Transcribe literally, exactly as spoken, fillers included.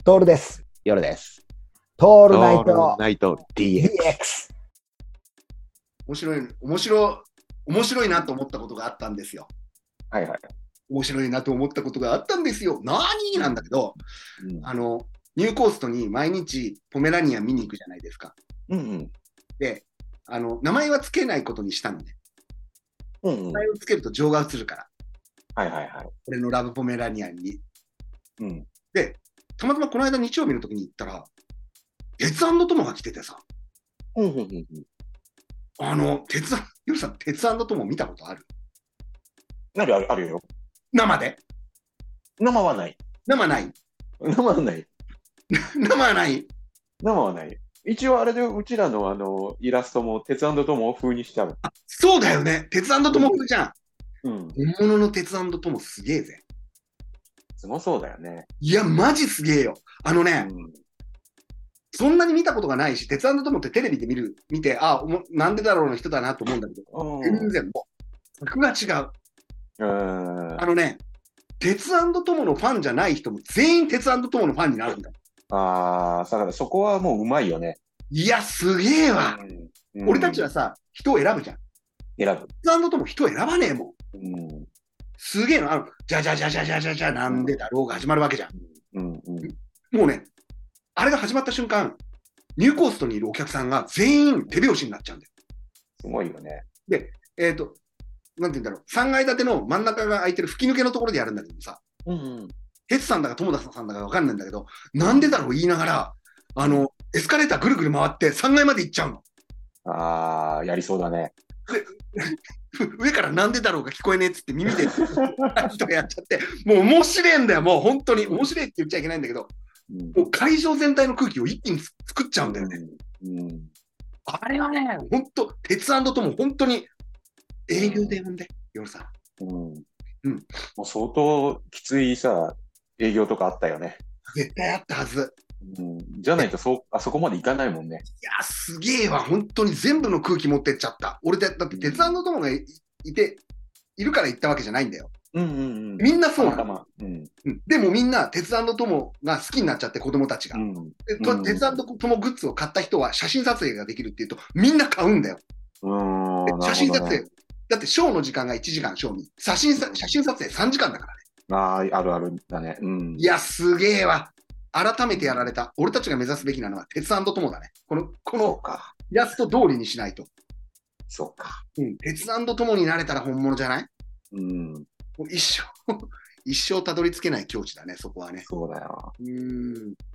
トールです。 夜です。 トールナイオールトナイト ディーエックス。 ディーエックス。 面白い、面白い、面白いなと思ったことがあったんですよ。 はいはい。 面白いなと思ったことがあったんですよ。何なんだけど、 うん、 あの、ニューコーストに毎日ポメラニアン見に行くじゃないですか。 うんうんで、あの、名前はつけないことにしたのね。 うんうん。 名前をつけると情が移るから。 はいはいはい。 俺のラブポメラニアンに。 うん。 で、たまたまこの間日曜日の時に行ったら、鉄トモが来ててさ、 うんうんうんうん。 あの、鉄、ヨルさん、鉄トモ見たことある？ なるあるあるよ。 生で？ 生はない。 生ない？ 生はない。 生はない？ 生はない。一応あれでうちらのあのイラストも鉄トモを風にしてある。 そうだよね。鉄トモ風じゃん。 うん。 本物の鉄トモすげえぜ。 すごそうだよね。 いや、マジすげえよ。あのね、 うん。 そんなに見たことがないし、鉄トモってテレビで見る、見て、あ、おもなんでだろうの人だなと思うんだけど、 うん。 全然もう、格が違う。 うんあのね、鉄トモのファンじゃない人も全員鉄トモのファンになるんだ。 ああ、だからそこはもううまいよね。 いや、すげえわ。 うん。 俺たちはさ、人を選ぶじゃん。 選ぶ。 鉄トモ人を選ばねえもん。 うん。 すげえの。あの、じゃじゃじゃじゃじゃじゃじゃなんでだろうが始まるわけじゃん。 うんうん。 もうね、あれが始まった瞬間、ニューコーストにいるお客さんが全員手拍子になっちゃうんだよ。 すごいよね。 で、えっ、と、なんて言うんだろう、さんがい建ての真ん中が空いてる吹き抜けのところでやるんだけどさ、 うんうん。 哲さんだか友田さんだかわかんないんだけど、なんでだろう言いながら、あの、エスカレーターぐるぐる回ってさんがいまで行っちゃうの。 ああ、やりそうだね。 上からなんでだろうが聞こえねえっつって耳でとかやっちゃって、もう面白いんだよ、もう本当に。面白いって言っちゃいけないんだけど、 うん、 もう会場全体の空気を一気に作っちゃうんだよね。 うんうん、 あれはね、本当、鉄トモ本当に営業で呼んで、夜さん。 うんうん、 もう相当きついさ、営業とかあったよね。 絶対あったはず。 うん、じゃないとそ、あそこまでいかないもんね。 いや、すげえわ。本当に全部の空気持ってっちゃった。俺だ、だって鉄腕の友がいいて、いるから行ったわけじゃないんだよ。 うんうんうん。 みんなそうなの。 たまたまうん、 うん、でもみんな鉄腕の友が好きになっちゃって、子供たちが。 うんでうん、 鉄腕の友グッズを買った人は写真撮影ができるっていうと、みんな買うんだよ。 うん写真撮影、 ね、 だってショーの時間がいちじかん、ショーに。写真さ写真撮影さんじかんだからね。 ああ、あるあるだね。うん、 いや、すげえわ。改めてやられた。俺たちが目指すべきなのは鉄腕友だね。この、このイラスト通りにしないと。 そうか。 うん。鉄友になれたら本物じゃない？ うん。 もう一生、一生たどり着けない境地だね、そこはね。 そうだよ。 うん。